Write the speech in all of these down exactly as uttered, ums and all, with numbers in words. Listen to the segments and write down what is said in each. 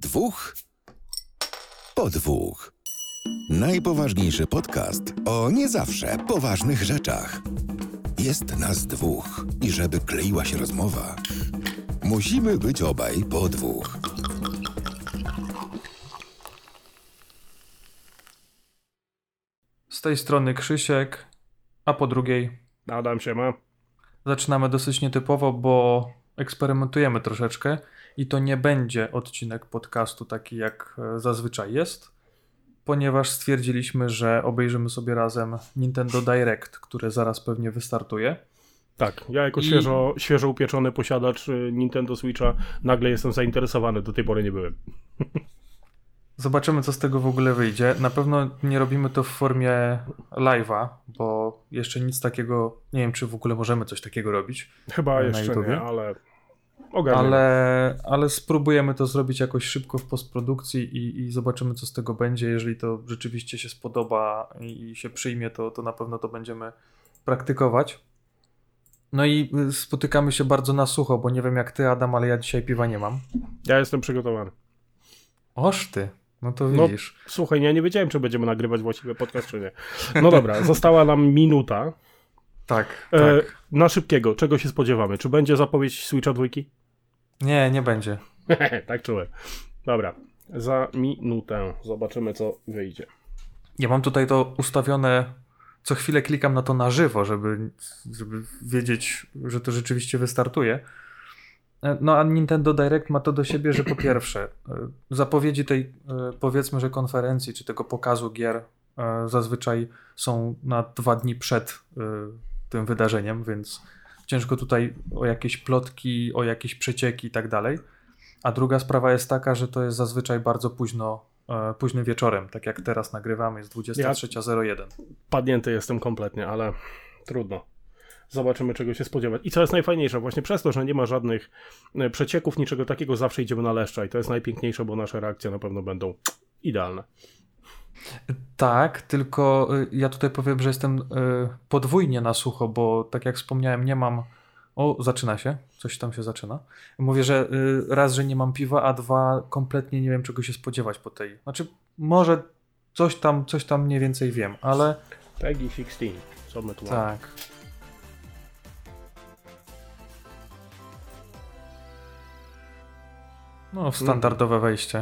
dwóch po dwóch. Najpoważniejszy podcast o nie zawsze poważnych rzeczach. Jest nas dwóch i żeby kleiła się rozmowa, musimy być obaj po dwóch. Z tej strony Krzysiek, a po drugiej Adam, siema. zaczynamy dosyć nietypowo, bo eksperymentujemy troszeczkę i to nie będzie odcinek podcastu taki jak zazwyczaj jest, ponieważ stwierdziliśmy, że obejrzymy sobie razem Nintendo Direct, które zaraz pewnie wystartuje. Tak, ja jako I... świeżo, świeżo upieczony posiadacz Nintendo Switcha nagle jestem zainteresowany, do tej pory nie byłem. Zobaczymy, co z tego w ogóle wyjdzie. Na pewno nie robimy to w formie live'a, bo jeszcze nic takiego, nie wiem, czy w ogóle możemy coś takiego robić. Chyba jeszcze YouTubie. nie, ale ogarniemy. Ale, ale spróbujemy to zrobić jakoś szybko w postprodukcji i, i zobaczymy, co z tego będzie. Jeżeli to rzeczywiście się spodoba i się przyjmie, to, to na pewno to będziemy praktykować. No i spotykamy się bardzo na sucho, bo nie wiem jak ty, Adam, ale ja dzisiaj piwa nie mam. Ja jestem przygotowany. Oż ty, no to No, widzisz. słuchaj, ja nie wiedziałem, czy będziemy nagrywać właściwie podcast, czy nie. No dobra, została nam minuta. Tak, E, tak. Na szybkiego, czego się spodziewamy? Czy będzie zapowiedź Switcha dwójki? Nie, nie będzie. Tak czułem. Dobra, za minutę zobaczymy, co wyjdzie. Ja mam tutaj to ustawione, co chwilę klikam na to na żywo, żeby, żeby wiedzieć, że to rzeczywiście wystartuje. No a Nintendo Direct ma to do siebie, że po pierwsze zapowiedzi tej, powiedzmy, że konferencji, czy tego pokazu gier zazwyczaj są na dwa dni przed tym wydarzeniem, więc ciężko tutaj o jakieś plotki, o jakieś przecieki i tak dalej. A druga sprawa jest taka, że to jest zazwyczaj bardzo późno, późnym wieczorem, tak jak teraz nagrywamy, jest dwudziesta trzecia zero jeden. Ja padnięty jestem kompletnie, ale trudno. Zobaczymy, czego się spodziewać. I co jest najfajniejsze, właśnie przez to, że nie ma żadnych przecieków, niczego takiego, zawsze idziemy na leszcza i to jest najpiękniejsze, bo nasze reakcje na pewno będą idealne. Tak, tylko ja tutaj powiem, że jestem podwójnie na sucho, bo tak jak wspomniałem, nie mam... O, zaczyna się, coś tam się zaczyna. Mówię, że raz, że nie mam piwa, a dwa, kompletnie nie wiem, czego się spodziewać po tej... Znaczy, może coś tam, coś tam mniej więcej wiem, ale... Peggy szesnaście, co my tu mamy? Tak. No, standardowe wejście.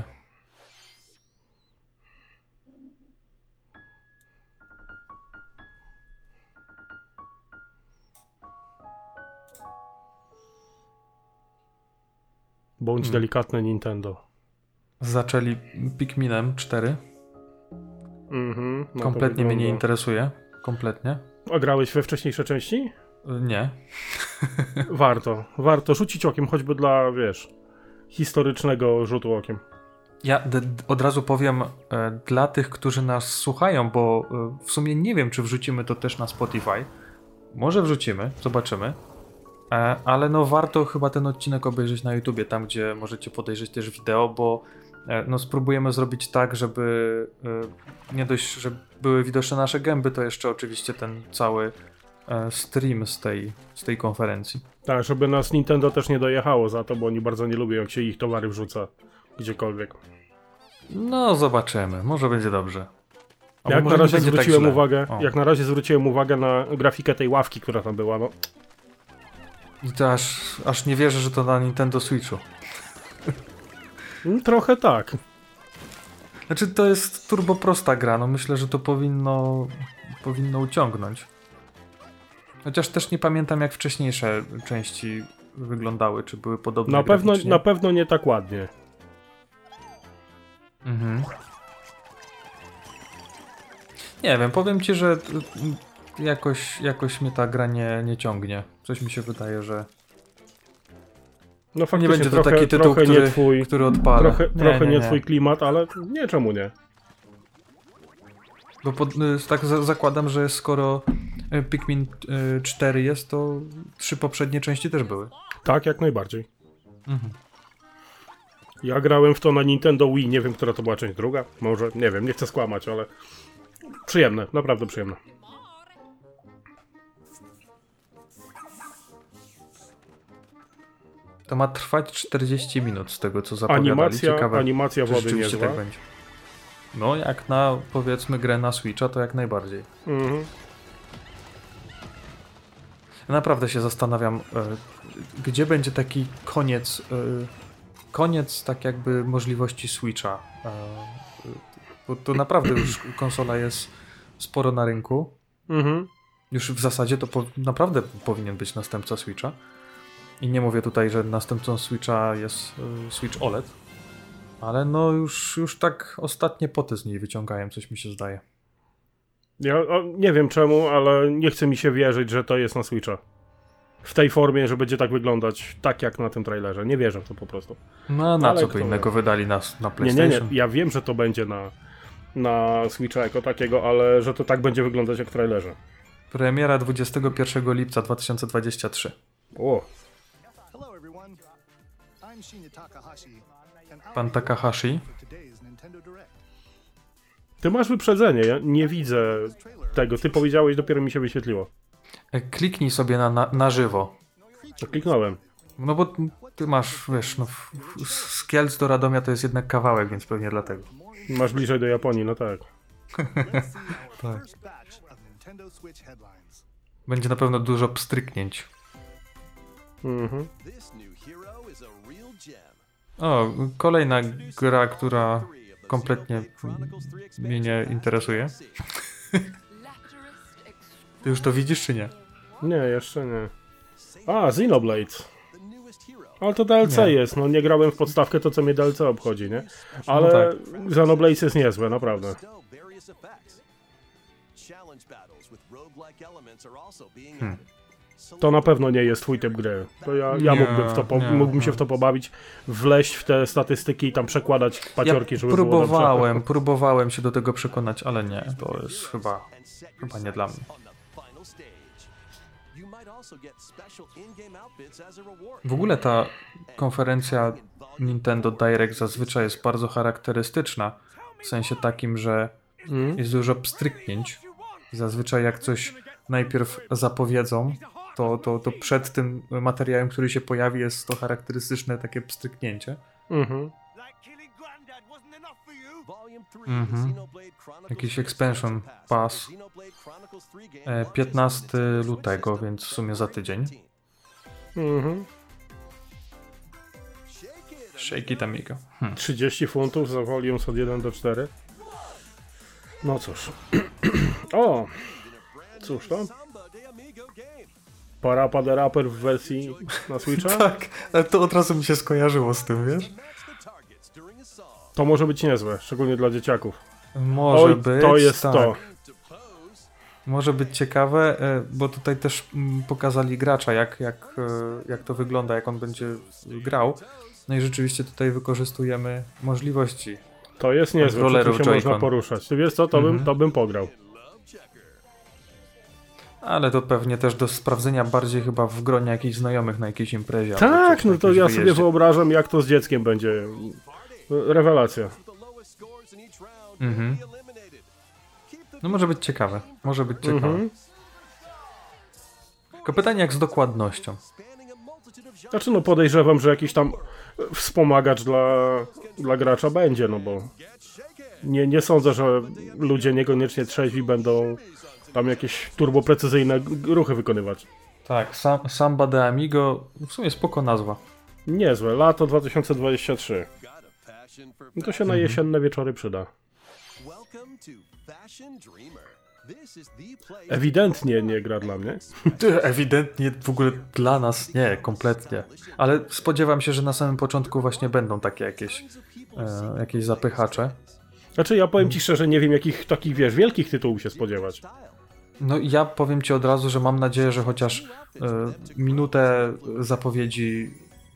Bądź Hmm. delikatny, Nintendo. Zaczęli Pikminem cztery. Mhm, no Kompletnie mnie nie wygląda. interesuje. Kompletnie. A grałeś we wcześniejsze części? Nie. Warto. Warto rzucić okiem, choćby dla, wiesz, historycznego rzutu okiem. Ja d- d- od razu powiem e, dla tych, którzy nas słuchają, bo e, w sumie nie wiem, czy wrzucimy to też na Spotify. Może wrzucimy, zobaczymy. E, ale no warto chyba ten odcinek obejrzeć na YouTubie, tam gdzie możecie podejrzeć też wideo, bo e, no spróbujemy zrobić tak, żeby e, nie dość, że były widoczne nasze gęby, to jeszcze oczywiście ten cały e, stream z tej, z tej konferencji. Tak, żeby nas Nintendo też nie dojechało za to, bo oni bardzo nie lubią, jak się ich towary wrzuca gdziekolwiek. No zobaczymy, może będzie dobrze. Albo Jak może na nie razie będzie tak zwróciłem źle. uwagę, O. jak na razie zwróciłem uwagę na grafikę tej ławki, która tam była, no. I to aż, aż nie wierzę, że to na Nintendo Switchu. Mm, Trochę tak. Znaczy to jest turbo prosta gra, no myślę, że to powinno, powinno uciągnąć. Chociaż też nie pamiętam jak wcześniejsze części wyglądały, czy były podobne Na pewno, graficznie. na pewno nie tak ładnie. Mhm. Nie wiem, powiem ci, że y, y, jakoś, jakoś mnie ta gra nie, nie ciągnie. Coś mi się wydaje, że No nie faktycznie będzie to trochę, taki tytuł, trochę który, nie twój, który odpala. trochę, trochę nie, twój klimat, ale nie, czemu nie? Bo pod, y, tak za, zakładam, że skoro y, Pikmin y, cztery jest, to trzy poprzednie części też były. Tak, jak najbardziej. Mhm. Ja grałem w to na Nintendo Wii, nie wiem, która to była część druga, może, nie wiem, nie chcę skłamać, ale przyjemne, naprawdę przyjemne. To ma trwać czterdzieści minut z tego, co zapowiadali. Animacja, Ciekawe, animacja czy wody rzeczywiście niezła. tak będzie. No, jak na, powiedzmy, grę na Switcha, to jak najbardziej. Mhm. Naprawdę się zastanawiam, e, gdzie będzie taki koniec, e, koniec tak jakby możliwości Switcha. E, bo to naprawdę już konsola jest sporo na rynku. Mhm. Już w zasadzie to po, naprawdę powinien być następca Switcha. I nie mówię tutaj, że następcą Switcha jest e, Switch O L E D. Ale no już, już tak ostatnie poty z niej wyciągają, coś mi się zdaje. Ja o, nie wiem czemu, ale nie chce mi się wierzyć, że to jest na Switcha. W tej formie, że będzie tak wyglądać, tak jak na tym trailerze. Nie wierzę w to po prostu. No na Ale co kto by innego wie. wydali na, na Nie, PlayStation? nie, nie. Ja wiem, że to będzie na, na Switcha jako takiego, ale że to tak będzie wyglądać jak w trailerze. Premiera dwudziestego pierwszego lipca dwa tysiące dwudziestego trzeciego. O, Hello everyone. I'm Shinya Takahashi. and I'll Pan be your Takahashi. host for today's Nintendo Direct. ty masz wyprzedzenie, ja nie widzę tego. Ty powiedziałeś, dopiero mi się wyświetliło. E, Kliknij sobie na, na, na żywo. To kliknąłem. No bo ty masz, wiesz, no, f- f- z Kielc do Radomia to jest jednak kawałek, więc pewnie dlatego. Masz bliżej do Japonii, no tak. Let's see our Tak. first batch of Nintendo Switch headlines. Będzie na pewno dużo pstryknięć. Mhm. This new hero is a real gem. O, kolejna gra, która kompletnie mnie nie interesuje. Ty już to widzisz, czy nie? Nie, jeszcze nie. A, Xenoblade. The newest hero. Ale to D L C Nie. jest, no nie grałem w podstawkę, to co mnie D L C obchodzi, nie? Ale tak. Xenoblade jest niezłe, naprawdę. Bestow various effects. Challenge battles with roguelike elements are also being Hmm. added. To na pewno nie jest twój typ gry. To ja, ja Nie, mógłbym, w to po, nie, mógłbym nie. się w to pobawić, wleźć w te statystyki i tam przekładać paciorki, Ja żeby było dobrze. próbowałem, próbowałem się do tego przekonać, ale nie, to jest chyba, And set chyba nie dla mnie. on the final stage. You might also get special in-game outfits as a reward. W ogóle ta konferencja Nintendo Direct zazwyczaj jest bardzo charakterystyczna, w sensie takim, że Mm. jest dużo pstryknięć. Zazwyczaj jak coś najpierw zapowiedzą, to, to, to przed tym materiałem, który się pojawi, jest to charakterystyczne takie pstryknięcie. Mhm. Volume three, Mhm. Xenoblade Chronicles Jakiś three expansion expansion pass. Xenoblade Chronicles three game E, launches piętnastego on Nintendo lutego, Switch więc w sumie za tydzień. Mhm. Shake it, Shake it, amigo. Hm. trzydzieści funtów za volumes od jeden do czterech. No cóż. O! Cóż to? Samba de Amigo game. Parapa the Rapper w wersji na Switcha? Tak, ale to od razu mi się skojarzyło z tym, wiesz? Match the targets during a song. To może być niezłe, szczególnie dla dzieciaków. Może Oj, być, to jest tak. to. To pose. Może być ciekawe, e, bo tutaj też mm, pokazali gracza, jak, jak, e, jak to wygląda, jak on będzie grał. No i rzeczywiście tutaj wykorzystujemy możliwości. To jest niezłe, przy tym Kontrolerów się można Joy-Con. poruszać. Ty wiesz co, to, bym, Mhm. to bym pograł. Ale to pewnie też do sprawdzenia bardziej chyba w gronie jakichś znajomych na jakiejś imprezie. albo Tak, coś, na no to jakimś ja sobie wyjeździe. wyobrażam, jak to z dzieckiem będzie. Rewelacja. The lowest scores in each round Mhm. will be eliminated. Keep the No może być ciekawe, może być ciekawe. Mhm. Tylko pytanie jak z dokładnością. spanning a multitude of genres. Znaczy no podejrzewam, że jakiś tam wspomagacz dla, dla gracza będzie, no bo nie, nie sądzę, że ludzie niekoniecznie trzeźwi będą tam jakieś turboprecyzyjne g- ruchy wykonywać. Tak, Sam, Samba de Amigo, w sumie spoko nazwa. Niezłe, lato dwa tysiące dwudzieste trzecie. Got a passion for No to się na jesienne wieczory przyda. Welcome to Fashion Dreamer. This is the place. Ewidentnie nie gra dla mnie. Ty, ewidentnie w ogóle dla nas nie, kompletnie. Ale spodziewam się, że na samym początku właśnie będą takie jakieś, e, jakieś zapychacze. Znaczy ja powiem ci szczerze, nie wiem jakich takich, wiesz, wielkich tytułów się spodziewać. No i ja powiem ci od razu, że mam nadzieję, że chociaż e, minutę zapowiedzi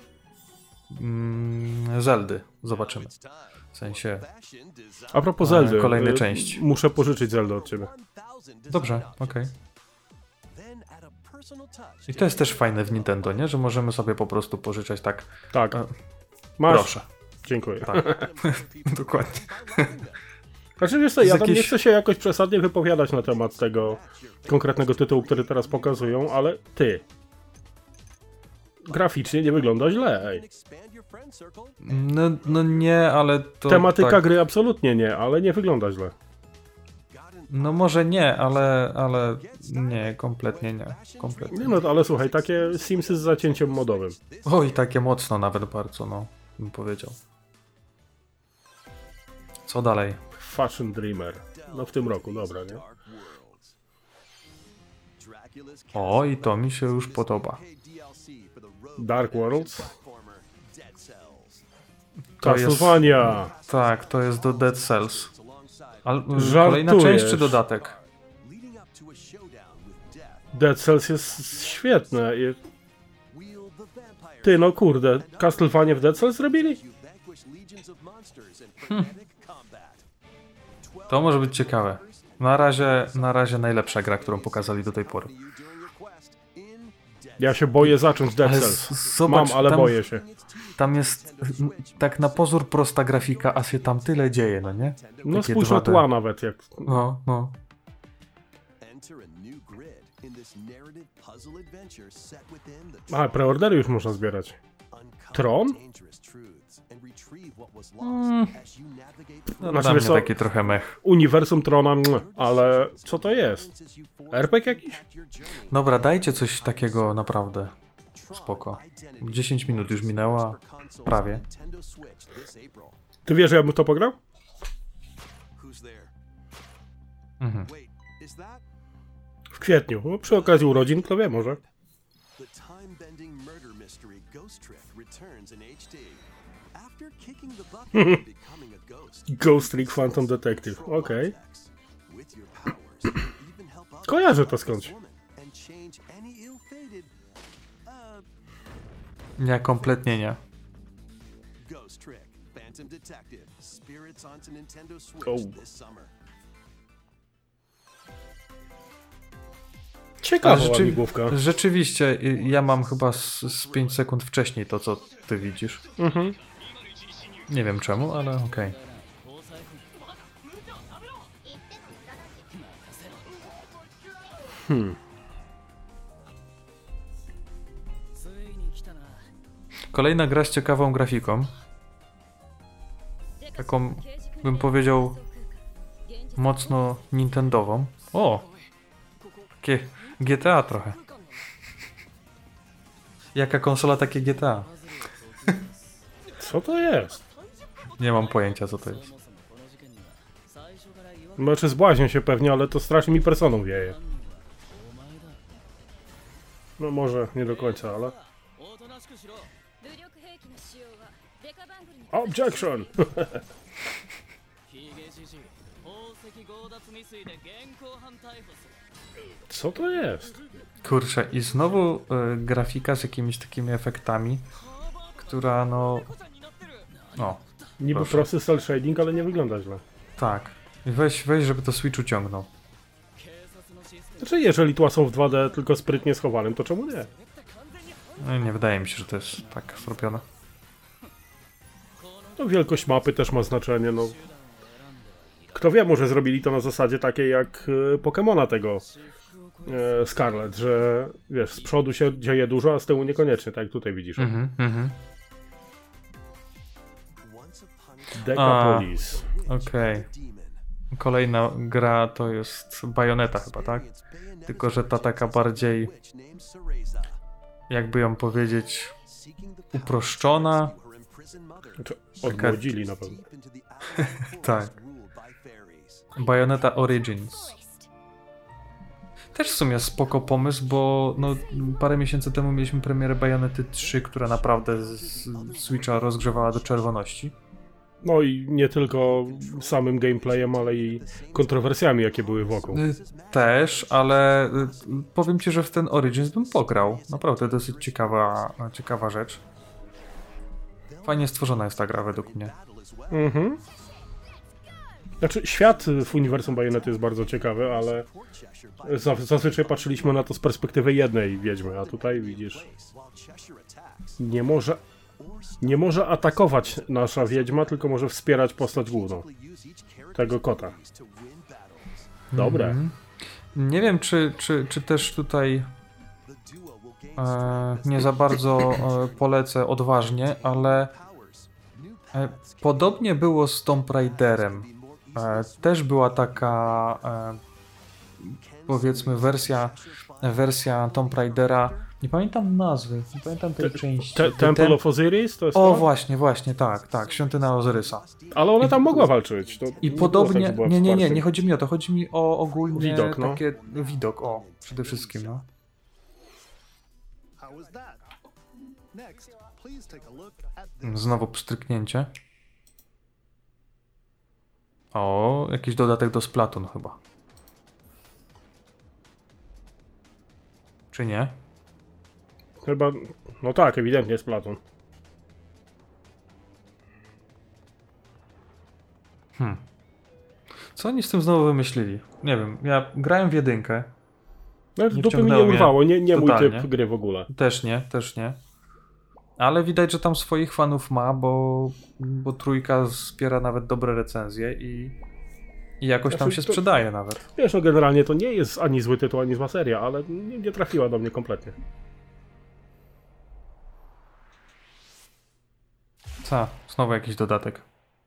mm, Zeldy zobaczymy. W sensie, Fashion design. A propos E, Zeldy, kolejnej y, części. muszę pożyczyć Zeldę od ciebie. dobrze, okej. Then add a personal touch I to jest też fajne w Nintendo, nie? Że możemy sobie po prostu pożyczać tak, Tak, e, masz. proszę. Dziękuję. Tak. Dokładnie. Znaczy wiesz co, ja Z tam nie jakiejś- chcę się jakoś przesadnie wypowiadać na temat tego konkretnego tytułu, który teraz pokazują, ale ty. graficznie nie wygląda źle, ej. Expand your friend circle. No, no nie, ale to Tematyka tak, gry absolutnie nie, ale nie wygląda źle. no może nie, ale, ale nie, kompletnie nie, kompletnie. Nie no, ale słuchaj, takie Simsy z zacięciem modowym. Oj, takie mocno nawet bardzo, no, bym powiedział. Co dalej? Fashion Dreamer. No w tym roku, dobra, nie? Dark Worlds. Dracula's O, i to mi się już podoba. D L C for the Rogue Dark Worlds. platformer Dead Cells. To jest, Castlevania! tak, to jest do Dead Cells. Alongside Ale Żartujesz. kolejna część czy dodatek? leading up to a showdown with death. Dead Cells jest świetne. I- Wield the vampire. Ty, no kurde, Castlevania w Dead Cells zrobili? You vanquish legions of monsters in frenetic combat. To może być ciekawe. Na razie, na razie najlepsza gra, którą pokazali do tej pory. You during your quest in Dead Ja się boję zacząć Dead Ale Cells. z- zobacz, Mam, ale tam- boję się. Tam jest m, tak na pozór prosta grafika, a się tam tyle dzieje, no nie? No Takie spójrz na dwa D. tła nawet, jak... No, no. Enter a new grid in this narrative puzzle adventure set within the A, preordery już można zbierać. uncover Tron? dangerous truths and retrieve what was Mm. lost as you navigate No, Znaczy, dla wiesz mnie co? taki trochę mech. Uniwersum Trona, mm, ale co to jest? er pe gie jakiś? Dobra, dajcie coś takiego naprawdę. Spoko. dziesięć minut już minęło, prawie. Ty wiesz, że ja bym to pograł? Who's there? Mhm. Wait, is that W kwietniu. No, przy okazji urodzin, kto wie, może. the time-bending murder mystery Ghost Trick returns in H D? After kicking the bucket and becoming a ghost, Ghost Trick Phantom Detective. Okej. with your powers, you even help others Kojarzę to find skądś. this woman and change any ill-fated uh Nie, kompletnie nie. Ghost Trick Phantom Detective Spirits onto Nintendo Switch Oh. this summer. Ciekawa rzeczy- łamigłówka. Rzeczywiście, y, ja mam chyba z, z pięć sekund wcześniej to, co ty widzisz. Mhm. Nie wiem czemu, ale okej. Hmm. Kolejna gra z ciekawą grafiką. Taką, bym powiedział, mocno nintendową. O! Takie G T A trochę. Jaka konsola, takie G T A? Co to jest? Nie mam pojęcia, co to jest. Znaczy zbłaźnię się pewnie, ale to strasznie mi personą wieje. No może nie do końca, ale... Objection! Co to jest? Kurczę, i znowu y, grafika z jakimiś takimi efektami, która no... O, Niby Proszę. prosty cel shading, ale nie wygląda źle. tak. I Weź, weź, żeby to Switch uciągnął. Znaczy, jeżeli tła są w dwa D tylko sprytnie schowanym, to czemu nie? No, nie wydaje mi się, że to jest tak zrobione. No wielkość mapy też ma znaczenie, no. Kto wie, może zrobili to na zasadzie takiej jak e, Pokemona tego e, Scarlet, że wiesz, z przodu się dzieje dużo, a z tyłu niekoniecznie, tak jak tutaj widzisz. Mhm, mhm. Once upon a Decapolis. Okej. demon. Kolejna gra to jest Bayonetta chyba, tak? Tylko, że ta taka bardziej, Witch named Cereza, jakby ją powiedzieć, seeking the power uproszczona. to her imprisoned mother. Znaczy, odmłodzili na pewno. Deep into the outer Tak. forest ruled by fairies. Bayonetta Origins. Też w sumie spoko pomysł, bo no, parę miesięcy temu mieliśmy premierę Bayonety trzy, która naprawdę z Switcha rozgrzewała do czerwoności. No i nie tylko samym gameplayem, ale i kontrowersjami, jakie były wokół. Y, Też, ale y, powiem ci, że w ten Origins bym pograł. Naprawdę dosyć ciekawa, ciekawa rzecz. Fajnie stworzona jest ta gra według mnie. Mhm. Znaczy, świat w uniwersum Bajonety jest bardzo ciekawy, ale za- zazwyczaj patrzyliśmy na to z perspektywy jednej wiedźmy, a tutaj widzisz, nie może, nie może atakować nasza wiedźma, tylko może wspierać postać główną, tego kota. Dobre. Mhm. Nie wiem, czy, czy, czy też tutaj e, nie za bardzo e, polecę odważnie, ale e, podobnie było z Tomb Raiderem. E, też była taka e, powiedzmy wersja wersja Tomb Raidera, nie pamiętam nazwy, nie pamiętam tej części. Te, The Temple Tem- of Osiris? To jest O to? właśnie, właśnie, tak, tak, Świątynia Ozyrysa. Ale ona tam mogła walczyć. To I nie było tak, podobnie, że była nie, nie, nie, wsparciem. nie chodzi mi o to, chodzi mi o ogólnie Widok, no. takie, widok, o, przede wszystkim, no. How was that? Next, please take a look at this. Znowu pstryknięcie. O, jakiś dodatek do Splatoon chyba. Czy nie? Chyba, no tak, ewidentnie jest Platon. Hmm. Co oni z tym znowu wymyślili? Nie wiem, ja grałem w jedynkę. No, Nie dupy mi nie wciągnęło mnie urwało, nie, nie mój totalnie. typ gry w ogóle. Też nie, też nie. Ale widać, że tam swoich fanów ma, bo, bo trójka zbiera nawet dobre recenzje i, i jakoś tam Znaczy, się to- sprzedaje nawet. Wiesz, no generalnie to nie jest ani zły tytuł, ani zła seria, ale nie, nie trafiła do mnie kompletnie. Co? Znowu jakiś dodatek.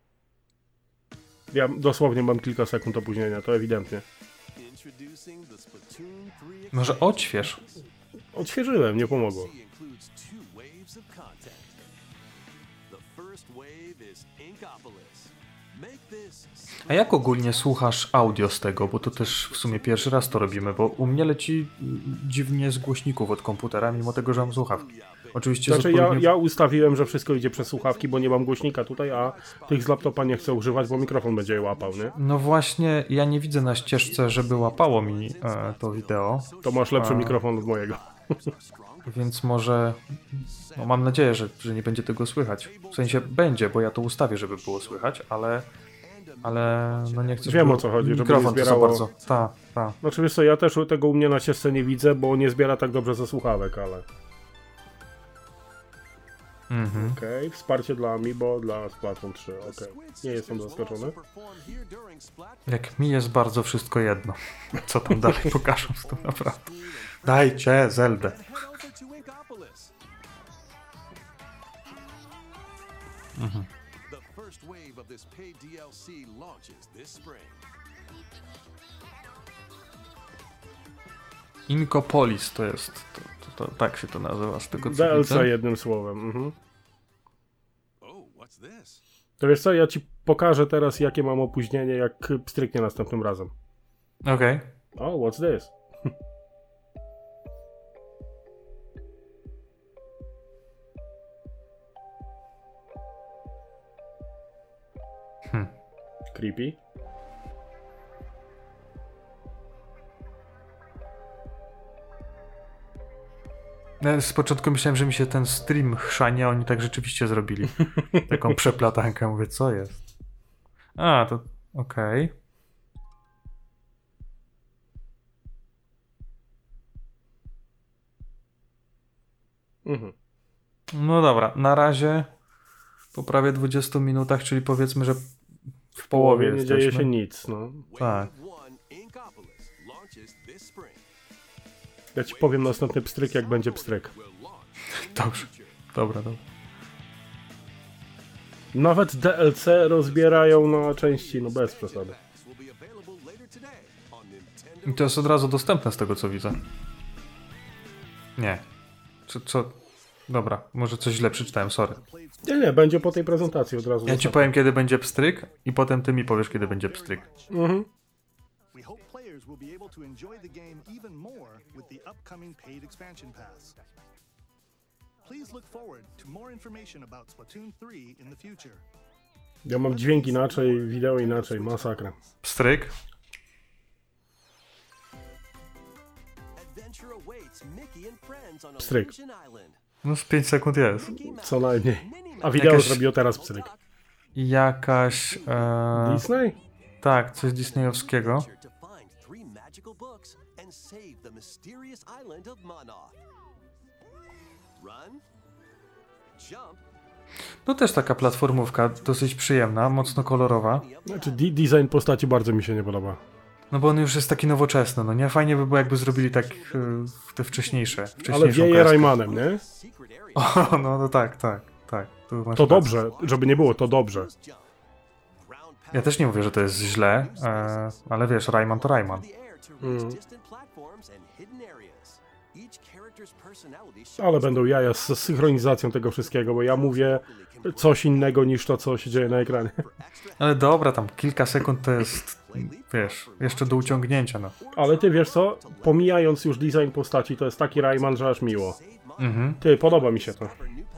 Ja dosłownie mam kilka sekund opóźnienia, to ewidentnie. Introducing the Splatoon three Może odśwież? Odświeżyłem, nie pomogło. includes two waves of content. The first wave is Inkopolis. Make this A jak ogólnie słuchasz audio z tego? Bo to też w sumie pierwszy raz to robimy, bo u mnie leci mm, dziwnie z głośników od komputera, mimo tego, że mam słuchawki. Oczywiście Znaczy z ja, odpowiednio... ja ustawiłem, że wszystko idzie przez słuchawki, bo nie mam głośnika tutaj, a tych z laptopa nie chcę używać, bo mikrofon będzie je łapał, nie? No właśnie, ja nie widzę na ścieżce, żeby łapało mi e, to wideo, To masz lepszy A. mikrofon od mojego. więc może... No mam nadzieję, że, że nie będzie tego słychać. W sensie będzie, bo ja to ustawię, żeby było słychać, ale... Ale no nie chcę... Wiem, żeby o co chodzi, żeby mikrofon nie to za zbierało- bardzo. Tak, tak. Znaczy wiesz co, ja też tego u mnie na ścieżce nie widzę, bo nie zbiera tak dobrze ze słuchawek, ale... Mhm. Okej, wsparcie dla Amiibo, dla Splatoon trzy, okej. Nie jestem zaskoczony. Jak mi jest bardzo wszystko jedno. Co tam dalej pokażą z tym naprawdę. Dajcie Zeldę. The first wave of this paid D L C launches this spring. Inkopolis to jest, to, to, to, tak się to nazywa z tego co D L widzę. C jednym słowem, mhm. Oh, what's this? To wiesz co, ja ci pokażę teraz, jakie mam opóźnienie, jak stryknie następnym razem. Okej. O, oh, what's this? Hmm. Creepy. Ja z początku myślałem, że mi się ten stream chrzanie, a oni tak rzeczywiście zrobili. Taką przeplatankę. Mówię, co jest? A, to okej. Mhm. No dobra, na razie po prawie dwudziestu minutach, czyli powiedzmy, że w połowie nie jesteśmy. dzieje się nic, no. Tak. Wave one Inkopolis launches this spring. Ja ci powiem następny pstryk, jak będzie pstryk. Dobrze. Dobra, dobra. Nawet D L C rozbierają na części, no bez przesady. Will be available later today on Nintendo. I to jest od razu dostępne z tego, co widzę. Nie. Co, co? Dobra, może coś źle przeczytałem, sorry. Nie, nie, będzie po tej prezentacji od razu. Ja ci powiem, kiedy będzie pstryk i potem ty mi powiesz, kiedy będzie pstryk. Mhm. We hope players will be able to enjoy the game even more with the upcoming paid expansion pass. Please look forward to more information about Splatoon three in the future. Ja mam dźwięk inaczej, wideo inaczej, masakra. Pstryk? Adventure awaits Mickey and friends on Pstryk. Illusion Island. No z pięć sekund jest. Co najmniej. A wideo Jakaś- zrobiło teraz pstryk. Jakaś... E... Disney? Tak, coś disneyowskiego. To find three magical books and save the mysterious island of Monoth. Run, jump, No też taka platformówka, dosyć przyjemna, mocno kolorowa. Znaczy, di- design postaci bardzo mi się nie podoba. No bo on już jest taki nowoczesny, no nie? Fajnie by było, jakby zrobili tak y, te wcześniejsze, wcześniejszą Ale wieje kreskę. Raymanem, nie? O, no, no tak, tak, tak. Tu masz To rację. dobrze, żeby nie było, to dobrze. Ja też nie mówię, że to jest źle, e, ale wiesz, Rayman to Rayman. Mm. Ale będą jaja z synchronizacją tego wszystkiego, bo ja mówię coś innego niż to, co się dzieje na ekranie. Ale dobra, tam kilka sekund to jest, wiesz, jeszcze do uciągnięcia, no. Ale ty wiesz co, pomijając już design postaci, to jest taki Rayman, że aż miło. Mhm. Ty, podoba mi się to.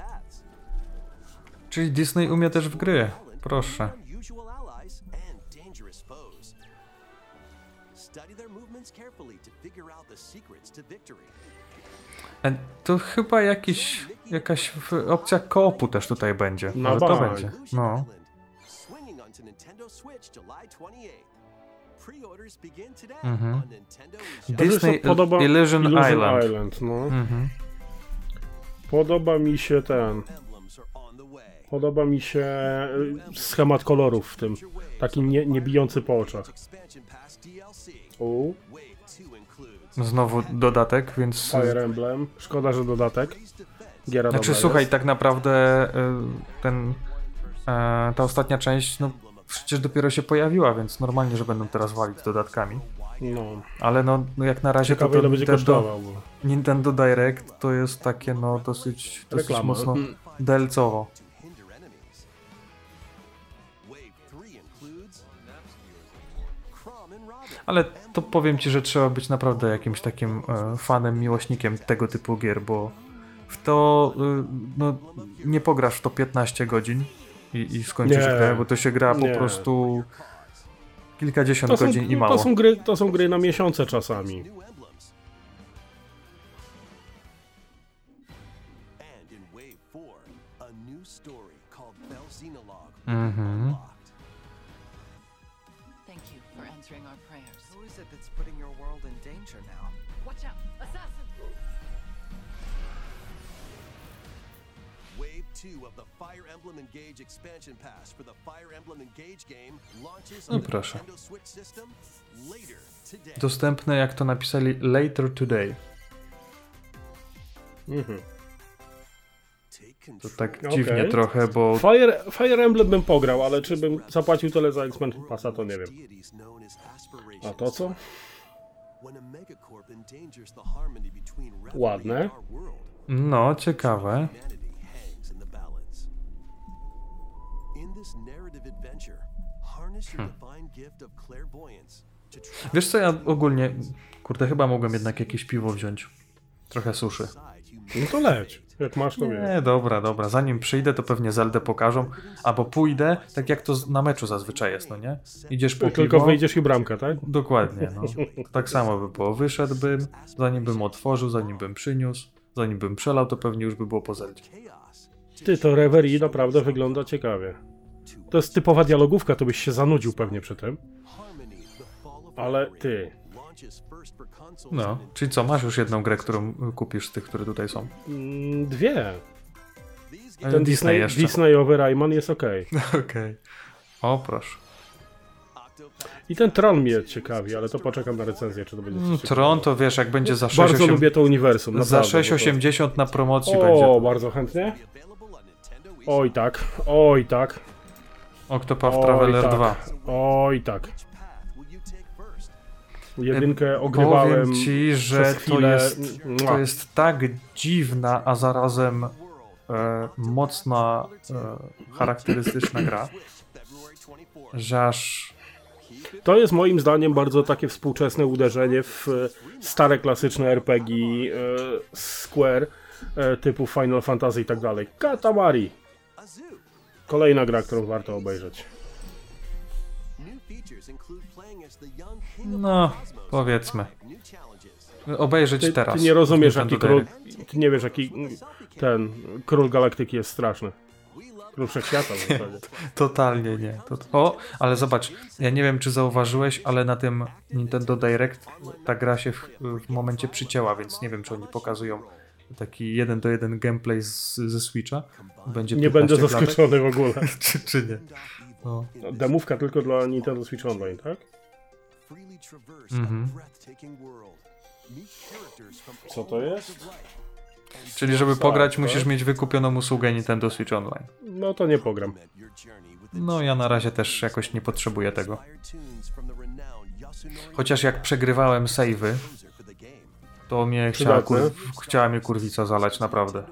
Czyli Disney umie też w gry, proszę. E, to chyba jakiś, jakaś w opcja koopu też tutaj będzie. Na Może to bank. będzie. No. Mhm. Disney podoba Illusion, Island. Island no. Mhm. Podoba mi się ten... Podoba mi się y, schemat kolorów w tym. Taki nie, nie bijący po oczach. U, Znowu dodatek, więc... Fire Emblem. Szkoda, że dodatek. Giera Znaczy dobra słuchaj, jest. tak naprawdę y, ten, y, ta ostatnia część, no przecież dopiero się pojawiła, więc normalnie, że będą teraz walić dodatkami. No. Ale no, no jak na razie to, Ciekawe, to ile będzie Nintendo, kosztował. Bo... Nintendo Direct to jest takie no dosyć, dosyć Reklama. mocno Mm. D L C-owo. Ale to powiem ci, że trzeba być naprawdę jakimś takim e, fanem, miłośnikiem tego typu gier, bo w to y, no, nie pograsz w to piętnaście godzin i, i skończysz Nie. grę, bo to się gra po Nie. prostu kilkadziesiąt To są, godzin i mało. to, są gry, to są gry na miesiące czasami. Mhm. Thank you for answering our prayers. Who is it that's putting your world in danger now? Watch out! Assassin! Wave two of the Fire Emblem Engage expansion pass for the Fire Emblem Engage game launches No on the proszę. Nintendo Switch system later today. Dostępne, jak to napisali, later today. Mhm. Take To control. tak Okej. dziwnie trochę, bo Fire, Fire Emblem bym pograł, ale czy bym zapłacił tyle za expansion passa, to nie wiem. Deities known as aspirations. A to co? When a megacorp endangers the harmony between Reverie Ładne. and our world, no, ciekawe. humanity hangs in the balance. In this narrative adventure, harness your divine gift of clairvoyance to travel Wiesz co, ja ogólnie, kurde, chyba mogłem jednak jakieś piwo wziąć. Trochę suszy. inside humanity. No to leć. Jak masz, to wiesz. Nie, dobra, dobra. Zanim przyjdę, to pewnie Zeldę pokażą. Albo pójdę, tak jak to z- na meczu zazwyczaj jest, no nie? Idziesz po Tylko piwo. wyjdziesz i bramka, tak? Dokładnie, no. Tak samo by było. Wyszedłbym, zanim bym otworzył, zanim bym przyniósł, zanim bym przelał, to pewnie już by było po Zeldzie. Chaos. Ty, to Reverie naprawdę wygląda ciekawie. To jest typowa dialogówka, to byś się zanudził pewnie przy tym. Harmony, the fall of Ale Reverie, ty, launches first for consoles No, and czyli co, masz już jedną grę, którą kupisz z tych, które tutaj są. mm, dwie. these Ten Ten Disney Disney, jeszcze. Disneyowy Rayman jest okej. Okej. O, proszę. Octopath I ten Tron mnie ciekawi, ale to poczekam na recenzję, czy to będzie Mm, coś Tron to wiesz, jak będzie za ciekawego. sześć Bardzo lubię to uniwersum, za naprawdę, sześć bo to- osiemdziesiąt na promocji O, będzie. bardzo chętnie. available on Nintendo Wii. Oj tak, oj tak, Octopath oj Traveler tak, dwa. oj tak. Which path will you take first? Jedynkę ogrywałem Powiem ci, że przez to chwilę. jest, Mua. to jest tak dziwna, a zarazem e, mocna, e, charakterystyczna gra, February twenty-fourth. że aż To jest moim zdaniem bardzo takie współczesne uderzenie w e, stare klasyczne R P G e, Square e, typu Final Fantasy i tak dalej. Katamari. Azoo. Kolejna gra, którą warto obejrzeć. New features include playing as the young king of no, the cosmos. powiedzmy, New challenges. obejrzeć Ty, teraz. ty nie rozumiesz, jaki Nintendo król, Direct. ty nie wiesz, jaki ten król galaktyki jest straszny. Król wszechświata w zasadzie. Totalnie nie. To, o, ale zobacz, ja nie wiem, czy zauważyłeś, ale na tym Nintendo Direct ta gra się w, w momencie przycięła, więc nie wiem, czy oni pokazują taki jeden do jeden gameplay z, ze Switcha. Będzie Nie będę piętnaście klatek, zaskoczony w ogóle. czy, czy nie. No. Demówka tylko dla Nintendo Switch Online, tak? Mhm. Co to jest? Czyli żeby Tak, pograć, tak. musisz mieć wykupioną usługę Nintendo Switch Online. No to nie pogram. No ja na razie też jakoś nie potrzebuję tego. Chociaż jak przegrywałem save'y, to mnie chciała, kur... chciała mnie kurwica zalać, naprawdę.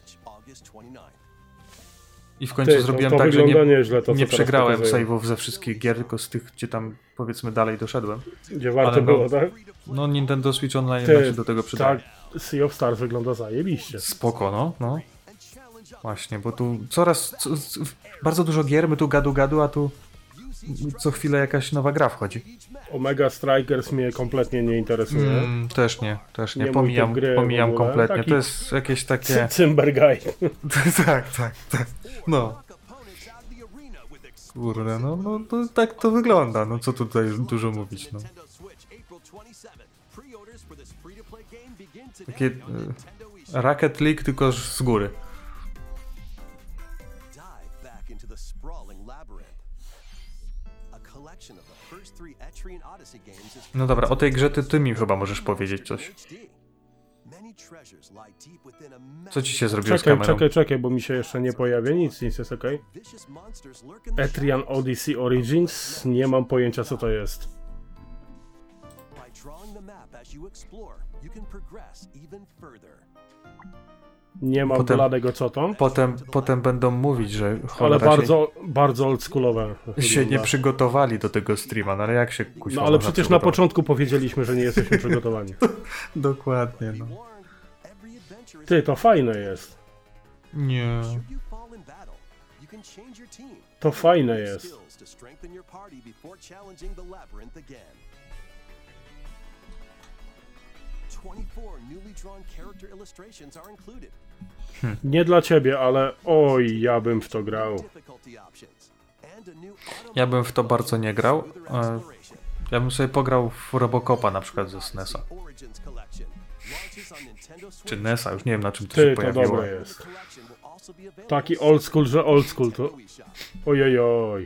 I w końcu Ty, to- zrobiłem to tak, że nie, wygląda nieźle, to, co nie teraz przegrałem pokazują. save'ów ze wszystkich gier, tylko z tych, gdzie tam powiedzmy dalej doszedłem. Gdzie warto Ale no, było, tak? No Nintendo Switch Online Ty, jednak się do tego przydaje. Tak, Sea of Stars wygląda zajebiście. Spoko, no, no. Właśnie, bo tu coraz, co, co, bardzo dużo gier, my tu gadu gadu, a tu co chwilę jakaś nowa gra wchodzi. Omega Strikers mnie kompletnie nie interesuje. Mm, też nie, też nie, Nie mój pomijam, typ gry pomijam w ogóle. kompletnie, Taki- to jest jakieś takie... Cymbergaj. tak, tak, tak, no. Kurde, no, no to, tak to wygląda, no co tutaj dużo mówić, no. Takie y, Rocket League tylko z góry. No dobra, o tej grze ty, ty mi chyba możesz powiedzieć coś. Co ci się zrobiło z Czekaj, kamerą? czekaj, czekaj, bo mi się jeszcze nie pojawia nic, nic jest okej. Etrian Odyssey Origins, nie mam pojęcia co to jest. Nie mam Potem- bladego co to, Potem, potem będą mówić, że ale cholera bardzo, bardzo oldschoolowe. się, się nie wygląda. przygotowali do tego streama, no ale jak się kuźwa No ale można przecież na przygotować? początku powiedzieliśmy, że nie jesteśmy przygotowani. Dokładnie, no. Ty, to fajne jest. Nie. To fajne jest. Nie dla ciebie, ale oj, ja bym w to grał. Ja bym w to bardzo nie grał. E, Ja bym sobie pograł w Robocopa na przykład ze S N E S a. Czy N E S a, już nie wiem na czym to się Ty, to pojawiło. dobre jest. Taki old school, że old school to... Ojej, oj.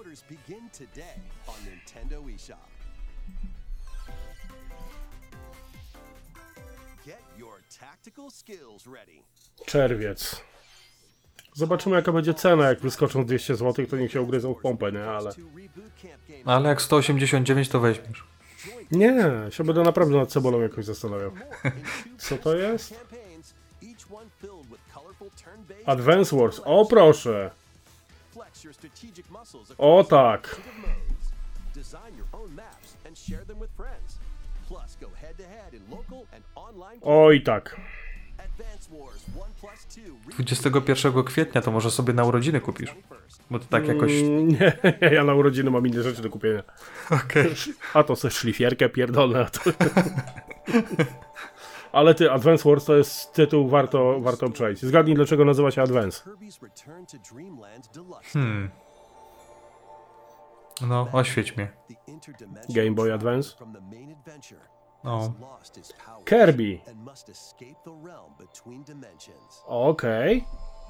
Czerwiec. Zobaczymy jaka będzie cena, jak wyskoczą dwieście złotych, to niech się ugryzą w pompę, nie? Ale... No ale jak sto osiemdziesiąt dziewięć to weźmiesz. Nie, się będę naprawdę nad cebolą jakoś zastanawiał. Co to jest? Advance Wars, o proszę! O tak! Oj tak. dwudziestego pierwszego kwietnia to może sobie na urodziny kupisz. Bo to tak jakoś... Mm, nie, ja na urodziny mam inne rzeczy do kupienia. Okej. A to se szlifierkę pierdolę. a To... Ale ty, Advance Wars to jest tytuł warto, warto przejść. Zgadnij dlaczego nazywa się Advance. Hmm. No, oświeć mnie. Game Boy Advance. O. Kirby. Okej.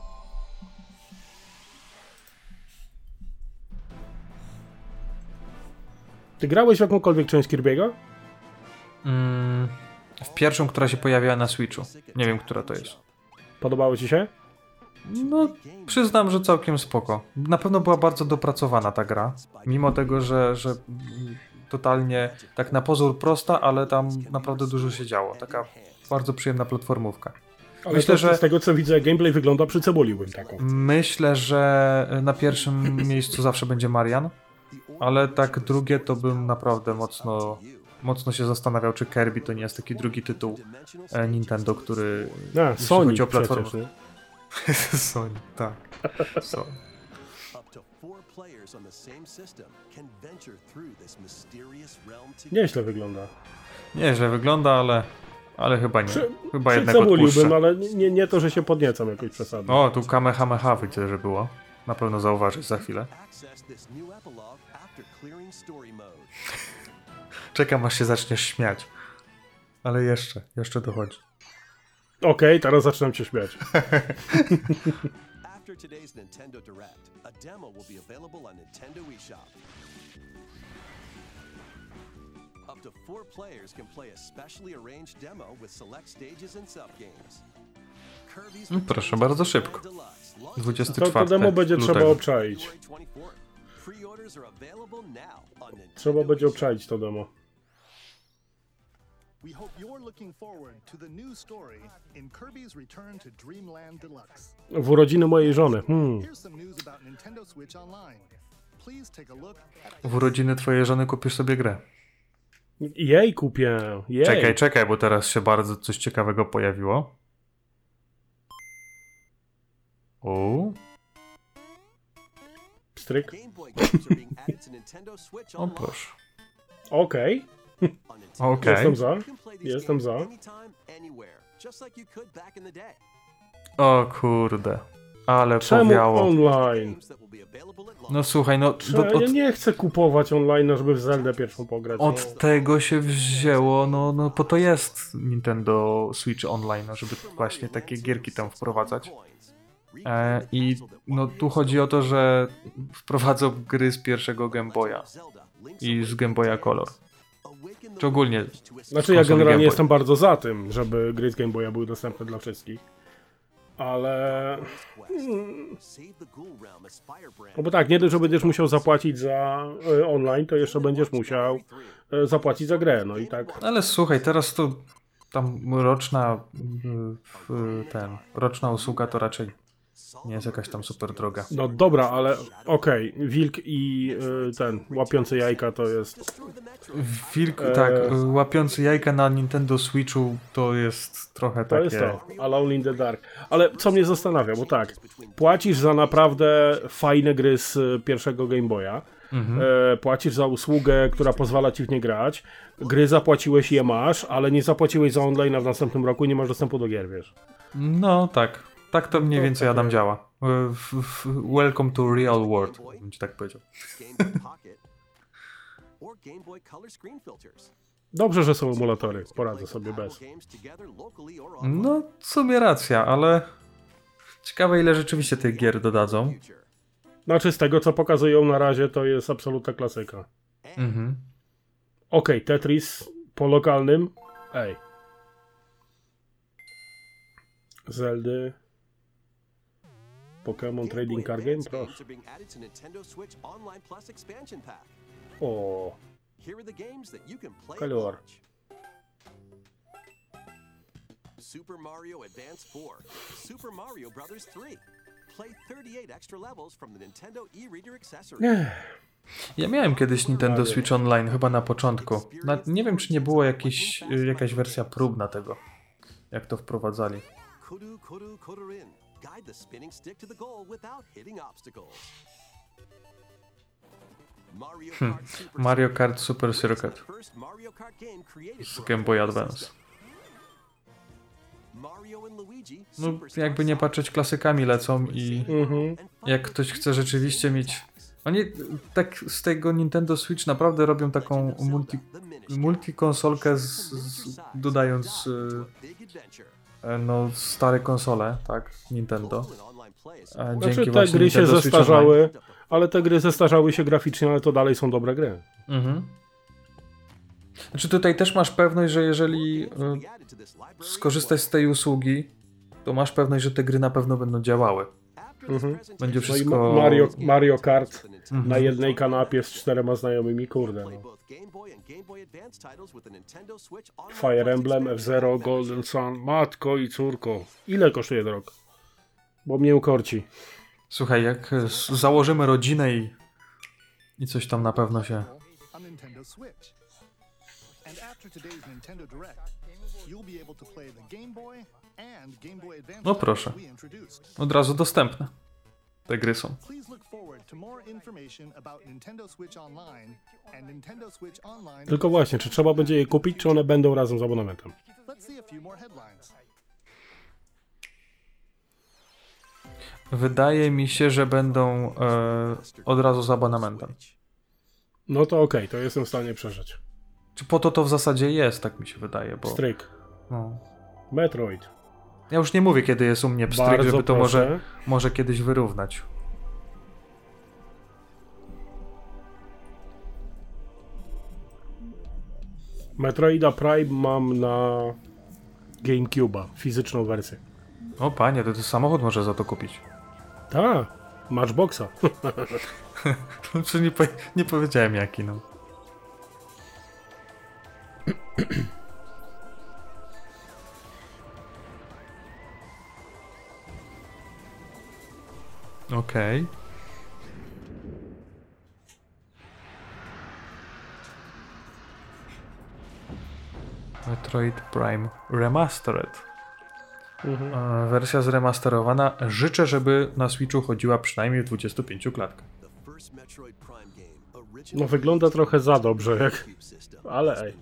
Ty grałeś w jakąkolwiek część Kirby'ego? Mm, w pierwszą, która się pojawiła na Switchu. Nie wiem, która to jest. Podobało ci się? No, przyznam, że całkiem spoko. Na pewno była bardzo dopracowana ta gra. Mimo tego, że, że totalnie tak na pozór prosta, ale tam naprawdę dużo się działo. Taka bardzo przyjemna platformówka. Ale Myślę, to, że- z tego co widzę, gameplay wygląda przyceboliłbym taką. Myślę, że na pierwszym miejscu zawsze będzie Marian, ale tak drugie to bym naprawdę mocno, mocno się zastanawiał, czy Kirby to nie jest taki drugi tytuł e, Nintendo, który... A, jeśli Sony chodzi o przecież, platformę. nie? Sony, tak. Sony. Nieźle wygląda. Nieźle wygląda, ale, ale chyba nie. Przy- Chyba jednak Przycebuliłbym, odpuszczę. ale nie, nie to, że się podniecam jakoś przesadnie. O, tu Kamehameha widzę, że było. Na pewno zauważysz za chwilę. Czekam, aż się zaczniesz śmiać. Ale jeszcze, jeszcze dochodzi. Okej, teraz zaczynam się śmiać. After today's Nintendo Direct, a demo will be available on Nintendo eShop. Up to four players can play a specially arranged demo with select stages and subgames. Kirby's No, proszę bardzo, szybko. dwudziestego To, to czwartego demo będzie lutego. trzeba obczaić. Pre-orders are available now on Nintendo Trzeba będzie eShop. obczaić to demo. We hope you're looking forward to the new story in Kirby's Return to Dreamland Deluxe. W urodziny mojej żony. Hmm. Here's some news about Nintendo Switch Online. Please take a look at W urodziny twojej żony kupisz sobie grę. Jej kupię. Jej. Czekaj, czekaj, bo teraz się bardzo coś ciekawego pojawiło. O, Stryk. Game Boy games are being added to Nintendo Switch o Online. proszę. Okej. On Nintendo Okej. Jestem za. you can play these Jestem games za. anytime, anywhere, just like you could back in the day. O kurde, ale Czemu powiało. online? Games that will be available at launch. No słuchaj, no Cze- do, Ja od, nie chcę kupować online, żeby w Zeldę pierwszą pograć. No. od tego się wzięło, no, no po to jest Nintendo Switch Online, no, żeby właśnie takie gierki tam wprowadzać. E, I no tu chodzi o to, że wprowadzą gry z pierwszego Game Boya i z Game Boya Color. Czy ogólnie. Znaczy ja konsoli Game generalnie Boy. jestem bardzo za tym, żeby gry z Game Boya były dostępne dla wszystkich. Ale... No bo tak, nie dość, że będziesz musiał zapłacić za e, online, to jeszcze będziesz musiał e, zapłacić za grę, no i tak. Ale słuchaj, teraz to tam roczna y, y, ten, roczna usługa to raczej nie jest jakaś tam super droga. No dobra, ale okej, Wilk i e, ten, łapiący jajka to jest... Wilk, Eee. tak, y, łapiący jajka na Nintendo Switchu to jest trochę To takie... jest to, Alone in the Dark. Ale co mnie zastanawia, bo tak, płacisz za naprawdę fajne gry z e, pierwszego Game Boya, Mhm. e, płacisz za usługę, która pozwala ci w nie grać, gry zapłaciłeś i je masz, ale nie zapłaciłeś za online, a w następnym roku nie masz dostępu do gier, wiesz. No tak, tak to mniej To więcej takie- Adam działa. Y, w- w- Welcome to real world, bym ci tak powiedział. Game Boy Pocket or Game Boy Color screen filters. Dobrze, że są emulatory, poradzę sobie bez. Games together locally or online. No, w sumie racja, ale ciekawe ile rzeczywiście tych gier dodadzą. Future. Znaczy z tego, co pokazują na razie, to jest absolutna klasyka. Mhm. Okej, Tetris po lokalnym, ej. Zeldy, Pokémon Game Trading Boy Card Game, Advance proszę. games are being added to Nintendo Switch Online Plus expansion pack. O, Here are the games that you can play at Color. launch. Super Mario Advance four, Super Mario Brothers three. Play thirty-eight extra levels from the Nintendo e-reader accessory. Ja miałem kiedyś Nintendo Switch Online, chyba na początku. Na, nie wiem, czy nie było jakiś, y, jakaś wersja próbna tego, jak to wprowadzali. Kudu Kudu Kudurin. Guide the spinning stick to the goal without hitting obstacles. Mario Kart Super Mario Circuit. Kart Super This is the Circuit first Mario Kart game created z for Game Boy the Advance. system. Mario and Luigi No, Superstar jakby nie Saga. patrzeć, klasykami lecą i Mhm. jak ktoś chce rzeczywiście mieć... Oni tak z tego Nintendo Switch naprawdę robią taką multi, multikonsolkę, z, z, dodając y, e, no, stare konsole, tak, Nintendo. A Znaczy dzięki te właśnie gry się Nintendo Switch Online. zestarzały, ale te gry zestarzały się graficznie, ale to dalej są dobre gry. Mhm. Znaczy tutaj też masz pewność, że jeżeli y, skorzystasz z tej usługi, to masz pewność, że te gry na pewno będą działały. Mhm. Będzie No i wszystko... Ma- Mario, Mario Kart Mhm. na jednej kanapie z czterema znajomymi, kurde no. Fire Emblem, F-Zero, Golden Sun, matko i córko. Ile kosztuje ten rok? Bo mnie ukorci. Słuchaj, jak z- założymy rodzinę i, i coś tam na pewno się... on Nintendo Switch. And after today's Nintendo Direct, you'll be able to play the Game Boy and Game Boy Advance No proszę. titles we introduced. Od razu dostępne. Te gry są. Please look forward to more information about Nintendo Switch Online and Nintendo Switch Online. Tylko właśnie, czy trzeba będzie je kupić, czy one będą razem z abonamentem? Let's see a few more headlines. Wydaje mi się, że będą e, od razu z abonamentem. No to okej, to jestem w stanie przeżyć. Czy po to to w zasadzie jest, tak mi się wydaje, bo... Stryk. No. Metroid. Ja już nie mówię, kiedy jest u mnie pstryk, Bardzo żeby to proszę. może, może kiedyś wyrównać. Metroida Prime mam na GameCube'a, fizyczną wersję. O panie, to, to samochód może za to kupić. Tak, Matchboxa. Czy nie, po, nie powiedziałem jaki, no. Okej. Okay. Metroid Prime Remastered. Mhm. E, wersja zremasterowana. Życzę, żeby na Switchu chodziła przynajmniej w dwudziestu pięciu klatkach. No wygląda trochę za dobrze, jak... Ale ej.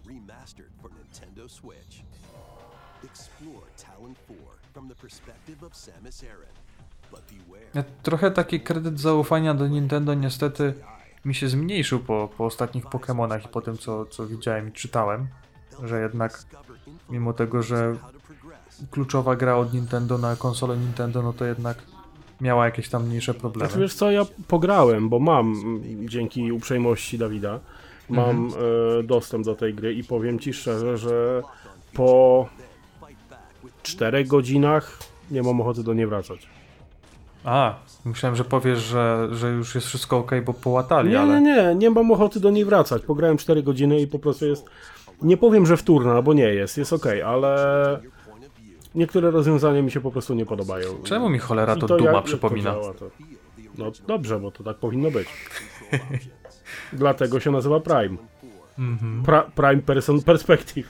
Ja, trochę taki kredyt zaufania do Nintendo niestety mi się zmniejszył po, po ostatnich Pokémonach i po tym, co, co widziałem i czytałem, że jednak mimo tego, że kluczowa gra od Nintendo na konsolę Nintendo, no to jednak miała jakieś tam mniejsze problemy. Znaczy, wiesz co, ja pograłem, bo mam, m, dzięki uprzejmości Dawida, mam Mhm. e, dostęp do tej gry i powiem ci szczerze, że po czterech godzinach nie mam ochoty do niej wracać. A, myślałem, że powiesz, że, że już jest wszystko okej, bo połatali, Nie, ale... nie, nie, nie mam ochoty do niej wracać. Pograłem cztery godziny i po prostu jest, nie powiem, że wtórna, bo nie jest, jest okej, ale niektóre rozwiązania mi się po prostu nie podobają. Czemu mi cholera I to jak- Duma jak to przypomina? działa, to... No dobrze, bo to tak powinno być. Dlatego się nazywa Prime. Mhm. Pra, Prime Person Perspective.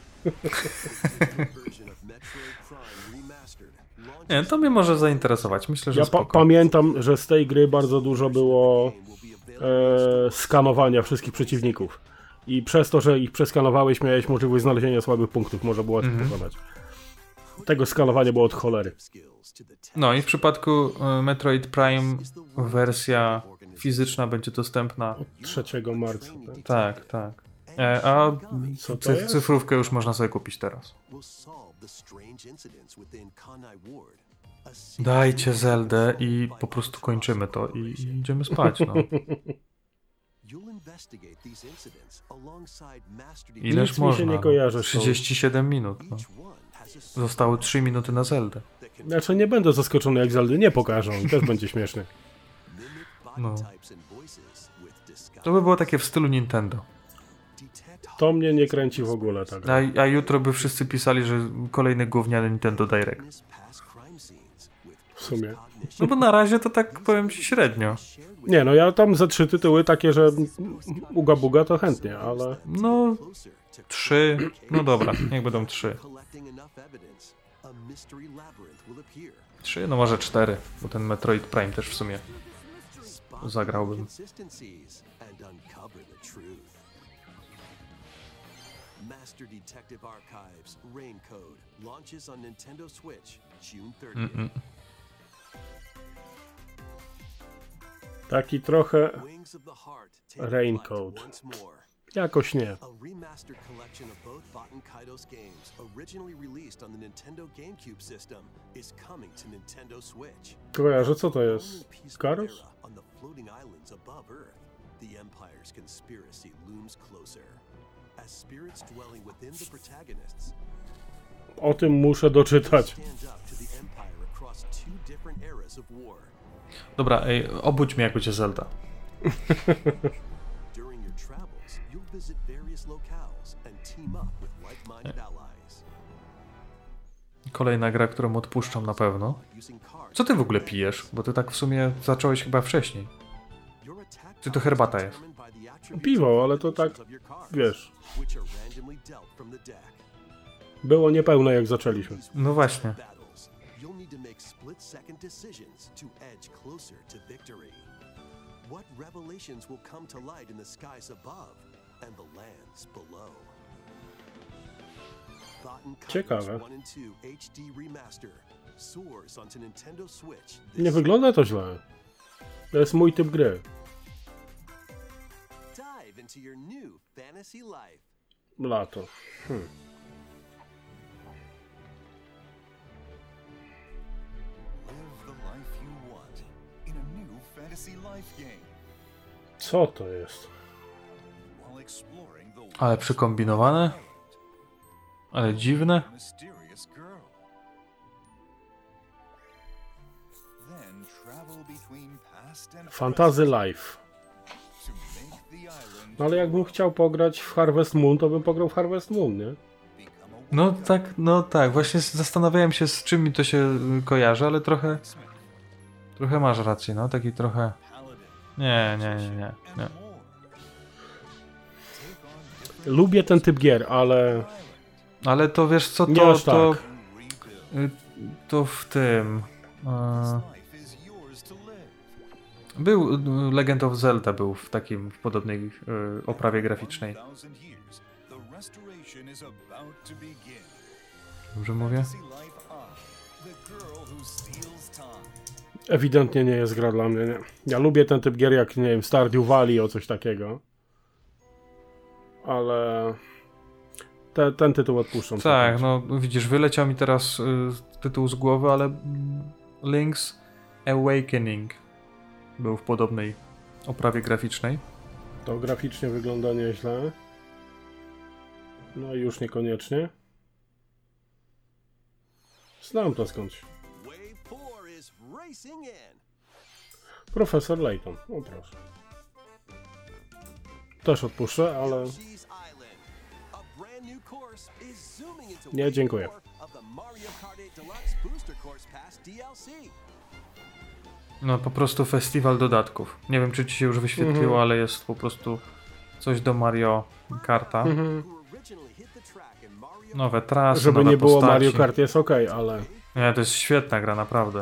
Nie, to mnie może zainteresować. Myślę, że Ja pa spoko. pamiętam, że z tej gry bardzo dużo było e, skanowania wszystkich przeciwników. I przez to, że ich przeskanowałeś, miałeś możliwość znalezienia słabych punktów, można było łatwiej Mhm. pokonać. Tego skanowania było od cholery. No i w przypadku e, Metroid Prime wersja fizyczna będzie dostępna. trzeciego marca. Tak? Tak, tak. E, a Co to cyf jest? cyfrówkę już można sobie kupić teraz. Dajcie Zeldę i po prostu kończymy to i, i idziemy spać, no. Ileż Nic mi można? się nie no? kojarzy z tą- trzydzieści siedem minut. No. Zostały trzy minuty na Zeldę. Znaczy nie będę zaskoczony, jak Zeldy nie pokażą i też będzie śmiesznie. No. To by było takie w stylu Nintendo. To mnie nie kręci w ogóle tak. A, a jutro by wszyscy pisali, że kolejny gówniany Nintendo Direct. W sumie. No bo na razie to tak powiem ci średnio. Nie, no ja tam za trzy tytuły takie, że uga buga to chętnie, ale No, trzy. No dobra, niech będą trzy. Trzy, no może cztery, bo ten Metroid Prime też w sumie zagrałbym. Master Detective Archives Raincode launches on Nintendo Switch June thirtieth. Mm-mm. taki trochę Wings of the Heart take Raincode. flight once more. jakoś nie. A remastered collection of both Baten Kaitos games, originally released on the Nintendo GameCube system, is coming to Nintendo Switch. Kojarzę, co to Only jest? peaceful Karus? era on the floating islands above Earth, the Empire's conspiracy looms closer. As spirits dwelling within the protagonists O tym muszę doczytać. stand up to the Empire across two different eras of war. Dobra, ej, obudź mnie jak będzie Zelda. During your travels, you'll visit various locales and team up with like-minded allies. Kolejna gra, którą odpuszczam na pewno. Using cards, Co ty w ogóle pijesz? Bo ty tak w sumie zacząłeś chyba wcześniej. your attack Czy to herbata jest? determined by the attributes Piwo, ale and to tak, conditions of your cards, wiesz, which are randomly dealt from the deck. było niepełne jak zaczęliśmy. No właśnie. Battles, you'll need to make split-second decisions to edge closer to victory. What revelations will come to light in the skies above and the lands below? Baten Kaitos Ciekawe. one and two H D Remaster soars onto Nintendo Switch this Nie wygląda to źle. To jest mój typ gry. Dive into your new fantasy life. Lato. Hmm. Live the life you want in a new fantasy life game Co to jest? while exploring the Ale przykombinowane? Ale dziwne. Mysterious girl. Then travel between past and Fantasy Life. to make the island No ale jakbym chciał pograć w Harvest Moon, to bym pograł w Harvest Moon, nie? become a No tak, no tak. Właśnie zastanawiałem się, z czym mi to się y, kojarzy, ale trochę... Trochę masz rację, no. Taki trochę... paladin Nie, nie, nie, nie. nie. and more. Lubię ten typ gier, ale Ale to wiesz co, nie to... aż To, tak. y, to w tym... y, Life is yours to live. Był y, Legend of Zelda był w takim w podobnej y, oprawie graficznej. Thousand years. The restoration is about to begin. Dobrze mówię? See life on. The girl who steals time. Ewidentnie nie jest gra dla mnie, nie. Ja lubię ten typ gier jak, nie wiem, Stardew Valley o coś takiego. Ale te, ten tytuł odpuszczam. Tak, no widzisz, wyleciał mi teraz y, tytuł z głowy, ale mm, Link's Awakening był w podobnej oprawie graficznej. To graficznie wygląda nieźle. No i już niekoniecznie. Znam to skądś. Wave four is racing in. Profesor Layton. O proszę. Też odpuszczę, ale... Yoshi's Island. A brand new course is zooming into Nie, wave dziękuję. four of the Mario Kart eight Deluxe Booster Course Pass D L C. No po prostu festiwal dodatków. Nie wiem, czy ci się już wyświetliło, Mhm. ale jest po prostu coś do Mario Karta. Mhm. Who originally hit the track in Mario Nowe trasy, Żeby nowe nie było postaci. Mario Kart jest ok, ale... Nie, to jest świetna gra, naprawdę.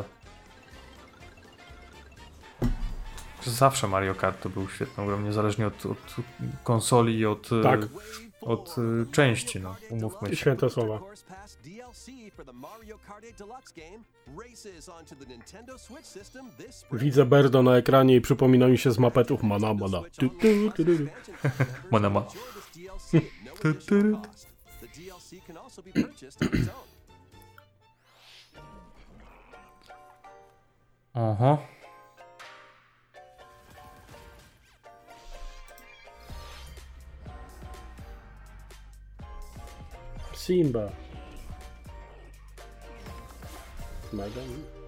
Zawsze Mario Kart to był świetną grą, niezależnie od, od konsoli i od, Tak. y, od y, części, no, umówmy się. Święte słowa. Course Pass D L C for the Mario Kart eight Deluxe game races onto the Nintendo Switch system this spring. Widzę Berdo na ekranie i przypomina mi się z mapetów Mana Mana. Tu, tu, tu, tu, tu. Manama. The D L C can also be purchased on its own. Oho. Simba. Mega.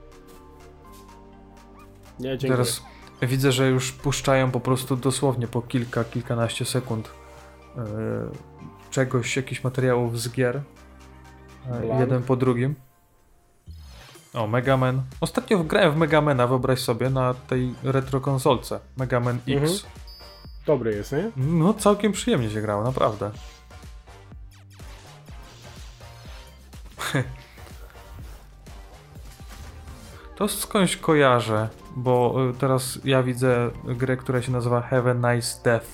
Nie, dziękuję. Teraz widzę, że już puszczają po prostu dosłownie po kilka, kilkanaście sekund yy, czegoś, jakichś materiałów z gier. Yy, Blank. jeden po drugim. O, Mega Man. Ostatnio grałem w Mega Mana, wyobraź sobie, na tej retro konsolce. Mega Man X. Mhm. Dobry jest, nie? No, całkiem przyjemnie się grało, naprawdę. To skądś kojarzę, bo y, teraz ja widzę grę, która się nazywa Have a Nice Death.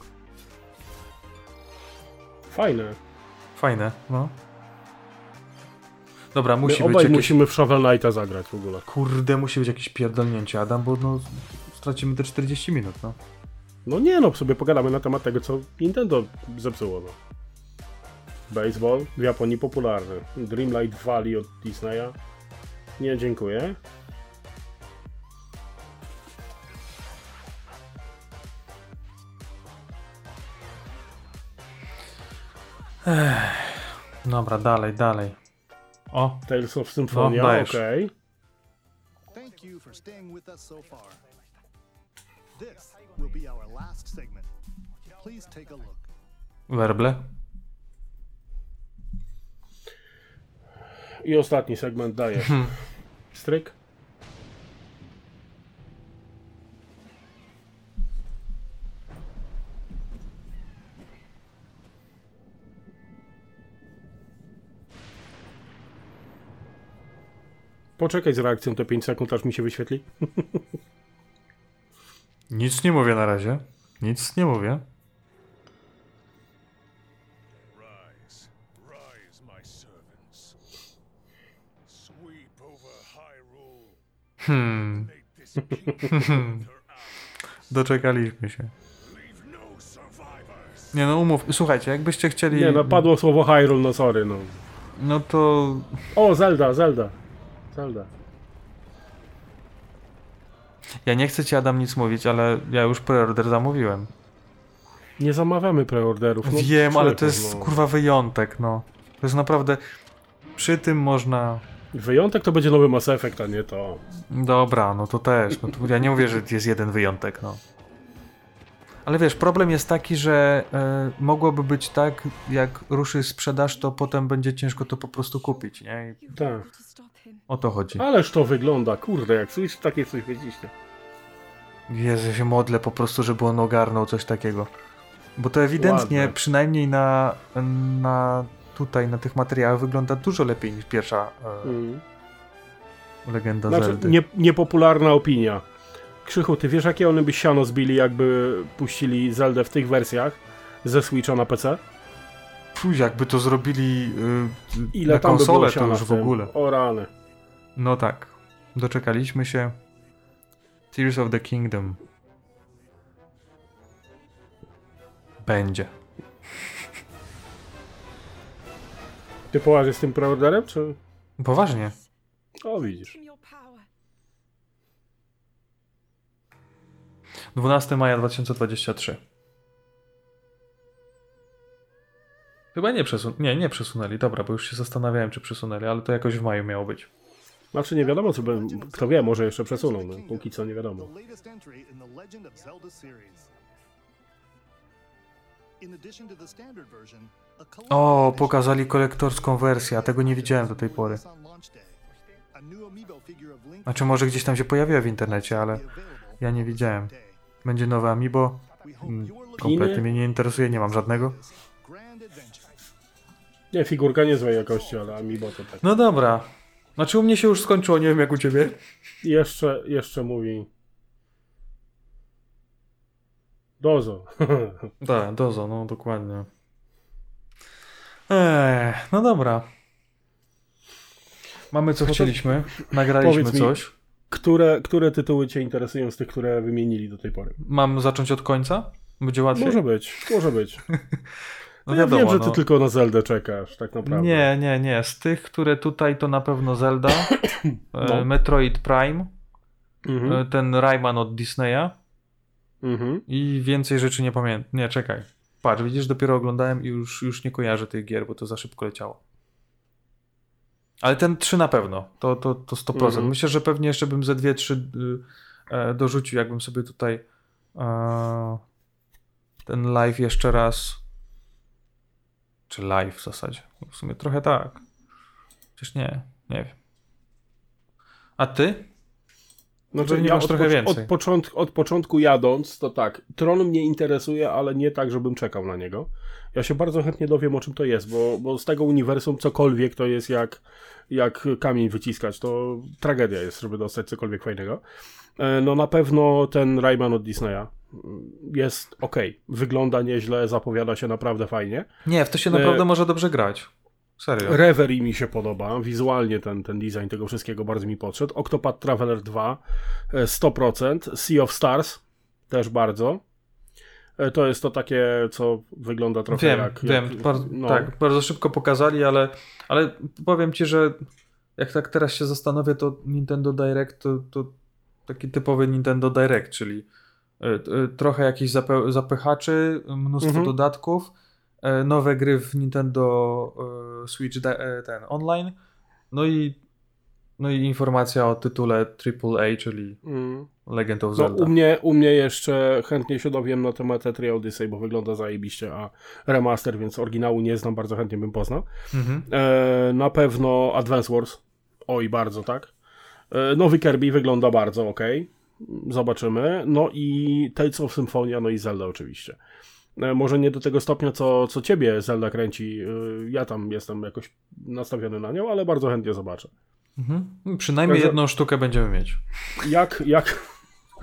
Fajne. Fajne, no. Dobra, My musi być obaj jakieś... musimy w Shovel Knighta zagrać w ogóle. Kurde, musi być jakieś pierdolnięcie, Adam, bo no stracimy te czterdzieści minut, no. No nie no, sobie pogadamy na temat tego, co Nintendo zepsuło. No. Baseball w Japonii popularny. Dreamlight Valley od Disneya. Nie, dziękuję. Dobra, dalej, dalej. O, Tales of Symphonia, No, okej. dajesz. Thank you for staying with us so far. This will be our last segment. Please take a look. werble. I ostatni segment daje. Stryk. Poczekaj z reakcją te pięć sekund, aż mi się wyświetli. Nic nie mówię na razie. Nic nie mówię. Rise, rise, my servants. Sweep over Hyrule. Hmm. Make this kingdom their Doczekaliśmy się. Leave no survivors. Nie no, umów. Słuchajcie, jakbyście chcieli... Nie no, padło słowo Hyrule, no sorry, no. No to... O, Zelda, Zelda. Zelda. Ja nie chcę ci, Adam, nic mówić, ale ja już preorder zamówiłem. Nie zamawiamy preorderów. No, Wiem, ale to człowieku, jest no. kurwa wyjątek, no. To jest naprawdę... Przy tym można... Wyjątek to będzie nowy Mass Effect, a nie to. Dobra, no to też. No to ja nie mówię, że jest jeden wyjątek, no. Ale wiesz, problem jest taki, że y, mogłoby być tak, jak ruszy sprzedaż, to potem będzie ciężko to po prostu kupić, nie? I Tak. o to chodzi. Ależ to wygląda, kurde, jak Switch takie coś wiedzieliście. Jezu, się modlę po prostu, żeby on ogarnął coś takiego. Bo to ewidentnie, Ładne. przynajmniej na, na tutaj, na tych materiałach wygląda dużo lepiej niż pierwsza y, Mm. Legenda Znaczy, Zeldy. nie, niepopularna opinia. Krzychu, ty wiesz, jakie one by siano zbili, jakby puścili Zeldę w tych wersjach ze Switcha na P C? Fuj, jakby to zrobili y, Ile na tam by konsolę, było to siana już w tym? ogóle. O rany. No tak. Doczekaliśmy się. Tears of the Kingdom. Będzie. Ty poważnie z tym preorderem, czy... Poważnie. O, widzisz. dwunastego maja dwa tysiące dwudziestego trzeciego. Chyba nie przesunęli. Nie, nie przesunęli. Dobra, bo już się zastanawiałem, czy przesunęli, ale to jakoś w maju miało być. Znaczy nie wiadomo, co by... Kto wie, może jeszcze przesuną, no. Póki co nie wiadomo. The latest entry in the Legend of Zelda series. In addition to the standard version, a collector's O, edition pokazali kolektorską wersję, a tego nie widziałem do tej pory. on launch day. A new amiibo figure of Link Znaczy może gdzieś tam się pojawiła w internecie, ale will be available ja nie widziałem. day. Będzie nowe amiibo. We hope Mm, you're looking Kompletnie mnie nie interesuje, nie mam żadnego. for this grand adventure. Nie, figurka niezłej jakości, ale amiibo to tak. No dobra. Znaczy u mnie się już skończyło, nie wiem jak u ciebie. I jeszcze, jeszcze mówi... Dozo. Tak, dozo, no dokładnie. Eee, no dobra. Mamy co No to chcieliśmy, nagraliśmy powiedz mi- coś. które, które tytuły cię interesują z tych, które wymienili do tej pory? Mam zacząć od końca? Będzie łatwiej? Może być, może być. No No ja wiadomo, wiem, że ty no. tylko na Zeldę czekasz, tak naprawdę. Nie, nie, nie. Z tych, które tutaj to na pewno Zelda, e, No. Metroid Prime, Mhm. e, ten Rayman od Disneya Mhm. i więcej rzeczy nie pamiętam. Nie, czekaj. Patrz, widzisz, dopiero oglądałem i już, już nie kojarzę tych gier, bo to za szybko leciało. Ale ten trzy na pewno, to, to, to sto procent. Mhm. Myślę, że pewnie jeszcze bym ze dwie, trzy y, e, dorzucił, jakbym sobie tutaj e, ten live jeszcze raz. Czy live w zasadzie? W sumie trochę tak. Przecież nie, nie wiem. A ty? Znaczy, Pewnie ja masz od, trochę poc- więcej. Od, początk- od początku jadąc, to tak, Tron mnie interesuje, ale nie tak, żebym czekał na niego. Ja się bardzo chętnie dowiem, o czym to jest, bo, bo z tego uniwersum cokolwiek to jest jak, jak kamień wyciskać. To tragedia jest, żeby dostać cokolwiek fajnego. E, No na pewno ten Rayman od Disneya jest okej. Wygląda nieźle, zapowiada się naprawdę fajnie. Nie, w to się naprawdę E, może dobrze grać. Serio. Reverie mi się podoba, wizualnie ten, ten design tego wszystkiego bardzo mi podszedł. Octopath Traveler dwa e, sto procent, Sea of Stars też bardzo. E, To jest to takie, co wygląda trochę Wiem, jak... wiem, jak, bardzo, no, tak, bardzo szybko pokazali, ale, ale powiem ci, że jak tak teraz się zastanowię, to Nintendo Direct to, to taki typowy Nintendo Direct, czyli y, y, trochę jakichś zape- zapychaczy, mnóstwo Mhm. dodatków, y, nowe gry w Nintendo y, Switch de- y, ten online, no i no i informacja o tytule triple A, czyli Mm. Legend of No, Zelda. u, mnie, u mnie jeszcze chętnie się dowiem na temat E trzy Odyssey, bo wygląda zajebiście, a remaster, więc oryginału nie znam, bardzo chętnie bym poznał. Mhm. E, na pewno Advance Wars. Oj, bardzo, tak. E, nowy Kirby wygląda bardzo ok. Zobaczymy. No i Tales of Symphonia, no i Zelda oczywiście. E, może nie do tego stopnia, co, co ciebie Zelda kręci. E, ja tam jestem jakoś nastawiony na nią, ale bardzo chętnie zobaczę. Mhm. Przynajmniej Także- jedną sztukę będziemy mieć. Jak, jak...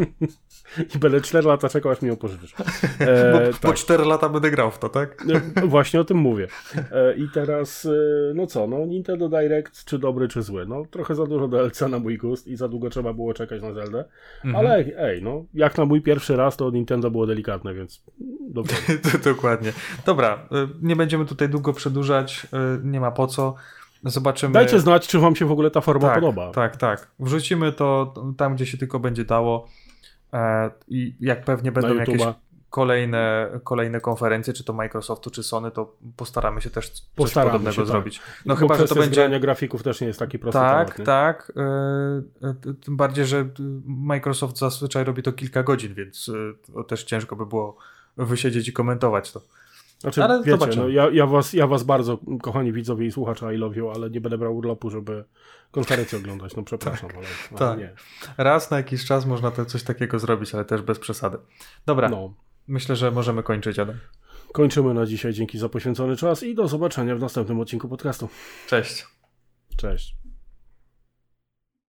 I będę cztery lata czekał, aż mi ją pożyczysz. E, Bo tak. po cztery lata będę grał w to, tak? No, właśnie o tym mówię. E, I teraz, e, no co, no Nintendo Direct, czy dobry, czy zły? No trochę za dużo D L C na mój gust i za długo trzeba było czekać na Zeldę. Mhm. Ale ej, ej, no jak na mój pierwszy raz, to Nintendo było delikatne, więc dobra. Dokładnie. Dobra, y, nie będziemy tutaj długo przedłużać, y, nie ma po co. Zobaczymy. Dajcie znać, czy wam się w ogóle ta forma tak, podoba. Tak, tak. Wrzucimy to tam, gdzie się tylko będzie dało. E, I jak pewnie będą jakieś YouTube'a. kolejne, kolejne konferencje, czy to Microsoftu, czy Sony, to postaramy się też coś Postaramy podobnego się, tak. zrobić. No Bo chyba, że to kwestia będzie... zgrania grafików też nie jest taki prosty Tak, temat, nie? tak. Yy, tym bardziej, że Microsoft zazwyczaj robi to kilka godzin, więc yy, też ciężko by było wysiedzieć i komentować to. Znaczy, Ale wiecie, zobaczymy. no, ja, ja, was, ja was bardzo, kochani widzowie i słuchacze I love you, ale nie będę brał urlopu, żeby konferencję oglądać. No przepraszam, ale, ale tak. nie. Raz na jakiś czas można to coś takiego zrobić, ale też bez przesady. Dobra, No. myślę, że możemy kończyć, Adam. Kończymy na dzisiaj. Dzięki za poświęcony czas i do zobaczenia w następnym odcinku podcastu. Cześć. Cześć.